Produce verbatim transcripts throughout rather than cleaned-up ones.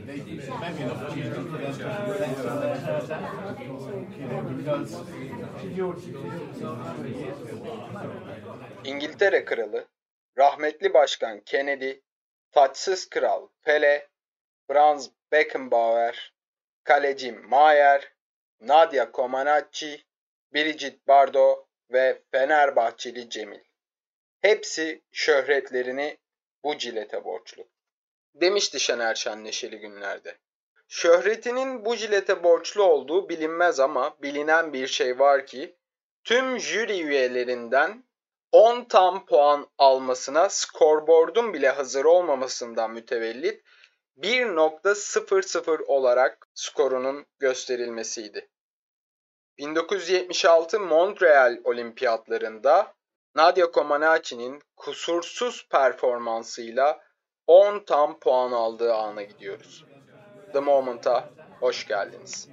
maybe an opportunity for them to better that, you know, because İngiltere Kralı, rahmetli Başkan Kennedy, taçsız Kral Pele, Franz Beckenbauer, kaleci Maier, Nadia Comaneci, Brigitte Bardot ve Fenerbahçeli Cemil. Hepsi şöhretlerini bu jilete borçlu. Demişti Şener Şen neşeli günlerde. Şöhretinin bu jilete borçlu olduğu bilinmez ama bilinen bir şey var ki tüm jüri üyelerinden on tam puan almasına skorboardun bile hazır olmamasından mütevellit bir nokta sıfır sıfır olarak skorunun gösterilmesiydi. bin dokuz yüz yetmiş altı Montreal Olimpiyatlarında Nadia Comaneci'nin kusursuz performansıyla on tam puan aldığı ana gidiyoruz. The Moment'a hoş geldiniz.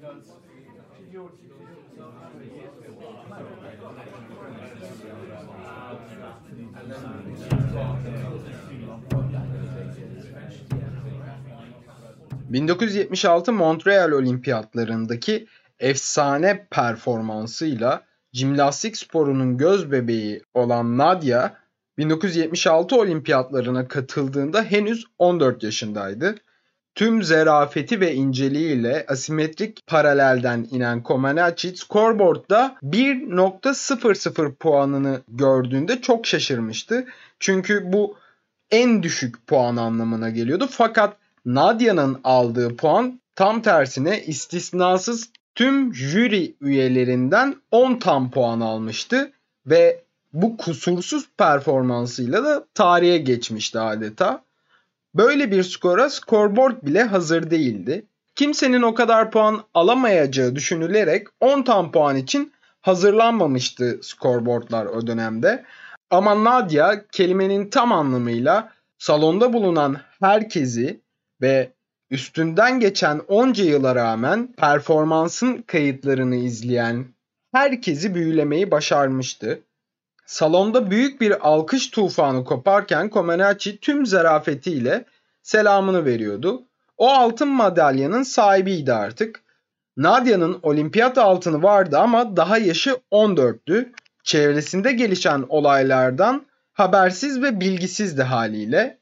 bin dokuz yüz yetmiş altı Montreal Olimpiyatlarındaki efsane performansıyla jimnastik sporunun gözbebeği olan Nadia, bin dokuz yüz yetmiş altı Olimpiyatlarına katıldığında henüz on dört yaşındaydı. Tüm zerafeti ve inceliğiyle asimetrik paralelden inen Comaneci scoreboard'da bir nokta sıfır sıfır puanını gördüğünde çok şaşırmıştı. Çünkü bu en düşük puan anlamına geliyordu. Fakat Nadia'nın aldığı puan tam tersine istisnasız tüm jüri üyelerinden on tam puan almıştı ve bu kusursuz performansıyla da tarihe geçmişti adeta. Böyle bir skora scoreboard bile hazır değildi. Kimsenin o kadar puan alamayacağı düşünülerek on tam puan için hazırlanmamıştı scoreboardlar o dönemde. Ama Nadia kelimenin tam anlamıyla salonda bulunan herkesi ve üstünden geçen onca yıla rağmen performansın kayıtlarını izleyen herkesi büyülemeyi başarmıştı. Salonda büyük bir alkış tufanı koparken Comaneci tüm zarafetiyle selamını veriyordu. O altın madalyanın sahibiydi artık. Nadia'nın olimpiyat altını vardı ama daha yaşı on dörttü. Çevresinde gelişen olaylardan habersiz ve bilgisizdi haliyle.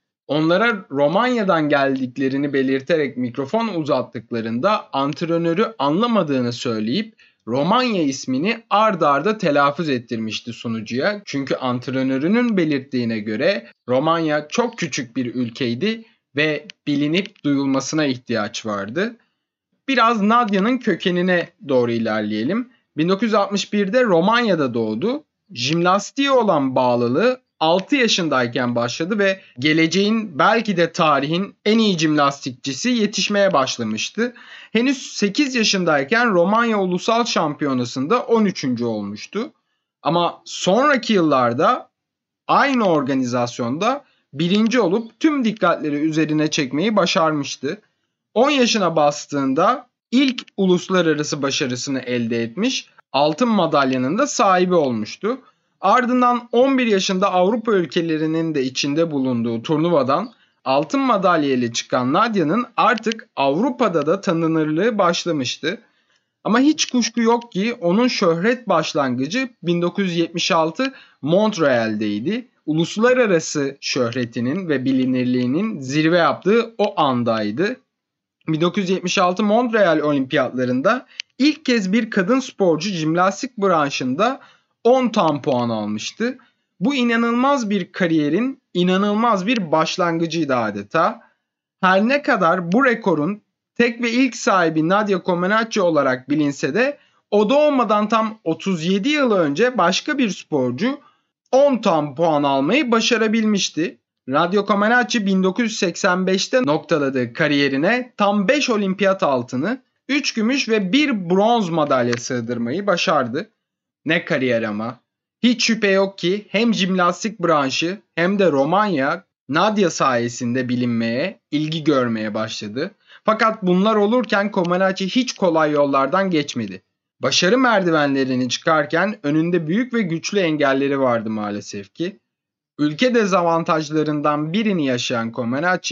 Onlara Romanya'dan geldiklerini belirterek mikrofon uzattıklarında antrenörü anlamadığını söyleyip Romanya ismini ard arda telaffuz ettirmişti sunucuya. Çünkü antrenörünün belirttiğine göre Romanya çok küçük bir ülkeydi ve bilinip duyulmasına ihtiyaç vardı. Biraz Nadia'nın kökenine doğru ilerleyelim. bin dokuz yüz altmış birde Romanya'da doğdu. Jimnastiğe olan bağlılığı altı yaşındayken başladı ve geleceğin belki de tarihin en iyi jimnastikçisi yetişmeye başlamıştı. Henüz sekiz yaşındayken Romanya Ulusal Şampiyonası'nda on üçüncü olmuştu. Ama sonraki yıllarda aynı organizasyonda birinci olup tüm dikkatleri üzerine çekmeyi başarmıştı. on yaşına bastığında ilk uluslararası başarısını elde etmiş, altın madalyanın da sahibi olmuştu. Ardından on bir yaşında Avrupa ülkelerinin de içinde bulunduğu turnuvadan altın madalya ile çıkan Nadia'nın artık Avrupa'da da tanınırlığı başlamıştı. Ama hiç kuşku yok ki onun şöhret başlangıcı bin dokuz yüz yetmiş altı Montreal'deydi. Uluslararası şöhretinin ve bilinirliğinin zirve yaptığı o andaydı. bin dokuz yüz yetmiş altı Montreal Olimpiyatlarında ilk kez bir kadın sporcu jimnastik branşında on tam puan almıştı. Bu inanılmaz bir kariyerin inanılmaz bir başlangıcıydı adeta. Her ne kadar bu rekorun tek ve ilk sahibi Nadia Comaneci olarak bilinse de o doğmadan tam otuz yedi yıl önce başka bir sporcu on tam puan almayı başarabilmişti. Nadia Comaneci bin dokuz yüz seksen beşte noktaladığı kariyerine tam beş olimpiyat altını, üç gümüş ve bir bronz madalya sığdırmayı başardı. Ne kariyer ama. Hiç şüphe yok ki hem jimnastik branşı hem de Romanya Nadia sayesinde bilinmeye, ilgi görmeye başladı. Fakat bunlar olurken Comaneci hiç kolay yollardan geçmedi. Başarı merdivenlerini çıkarken önünde büyük ve güçlü engelleri vardı maalesef ki. Ülke dezavantajlarından birini yaşayan Comaneci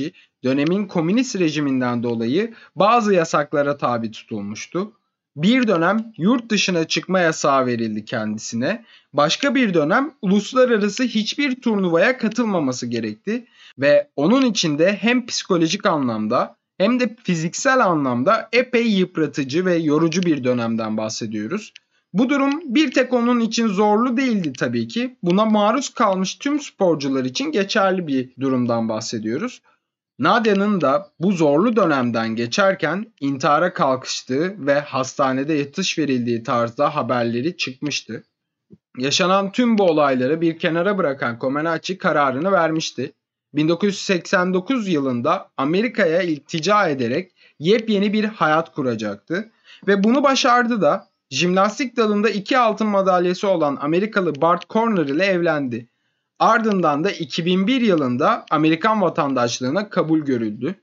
dönemin komünist rejiminden dolayı bazı yasaklara tabi tutulmuştu. Bir dönem yurt dışına çıkma yasağı verildi kendisine. Başka bir dönem uluslararası hiçbir turnuvaya katılmaması gerekti ve onun içinde hem psikolojik anlamda hem de fiziksel anlamda epey yıpratıcı ve yorucu bir dönemden bahsediyoruz. Bu durum bir tek onun için zorlu değildi tabii ki. Buna maruz kalmış tüm sporcular için geçerli bir durumdan bahsediyoruz. Nadia'nın da bu zorlu dönemden geçerken intihara kalkıştığı ve hastanede yatış verildiği tarzda haberleri çıkmıştı. Yaşanan tüm bu olayları bir kenara bırakan Comaneci kararını vermişti. bin dokuz yüz seksen dokuz yılında Amerika'ya iltica ederek yepyeni bir hayat kuracaktı ve bunu başardı da jimnastik dalında iki altın madalyası olan Amerikalı Bart Corner ile evlendi. Ardından da iki bin bir yılında Amerikan vatandaşlığına kabul görüldü.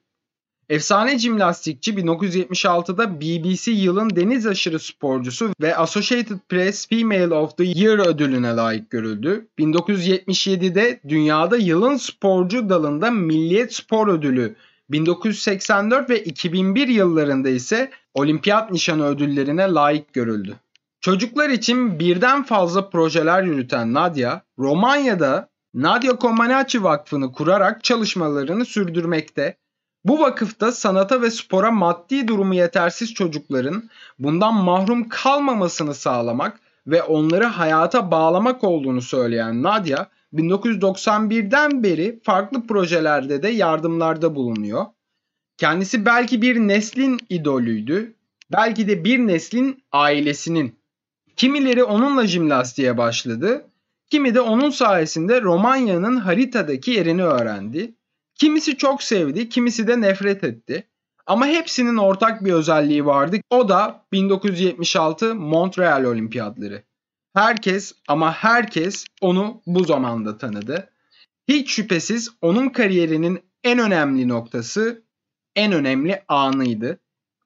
Efsane jimnastikçi bin dokuz yüz yetmiş altıda B B C yılın deniz aşırı sporcusu ve Associated Press Female of the Year ödülüne layık görüldü. bin dokuz yüz yetmiş yedide dünyada yılın sporcu dalında Milliyet Spor Ödülü, bin dokuz yüz seksen dört ve iki bin bir yıllarında ise Olimpiyat Nişanı ödüllerine layık görüldü. Çocuklar için birden fazla projeler yürüten Nadia, Romanya'da Nadia Comaneci Vakfı'nı kurarak çalışmalarını sürdürmekte. Bu vakıfta sanata ve spora maddi durumu yetersiz çocukların bundan mahrum kalmamasını sağlamak ve onları hayata bağlamak olduğunu söyleyen Nadia, bin dokuz yüz doksan birden beri farklı projelerde de yardımlarda bulunuyor. Kendisi belki bir neslin idolüydü, belki de bir neslin ailesinin. Kimileri onunla jimnastiğe başladı, kimi de onun sayesinde Romanya'nın haritadaki yerini öğrendi. Kimisi çok sevdi, kimisi de nefret etti. Ama hepsinin ortak bir özelliği vardı. O da bin dokuz yüz yetmiş altı Montreal Olimpiyatları. Herkes ama herkes onu bu zamanda tanıdı. Hiç şüphesiz onun kariyerinin en önemli noktası, en önemli anıydı.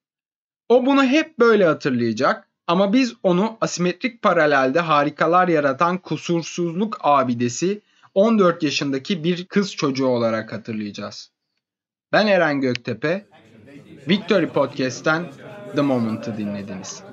O bunu hep böyle hatırlayacak ama biz onu asimetrik paralelde harikalar yaratan kusursuzluk abidesi, on dört yaşındaki bir kız çocuğu olarak hatırlayacağız. Ben Eren Göktepe, Victory Podcast'ten The Moment'ı dinlediniz.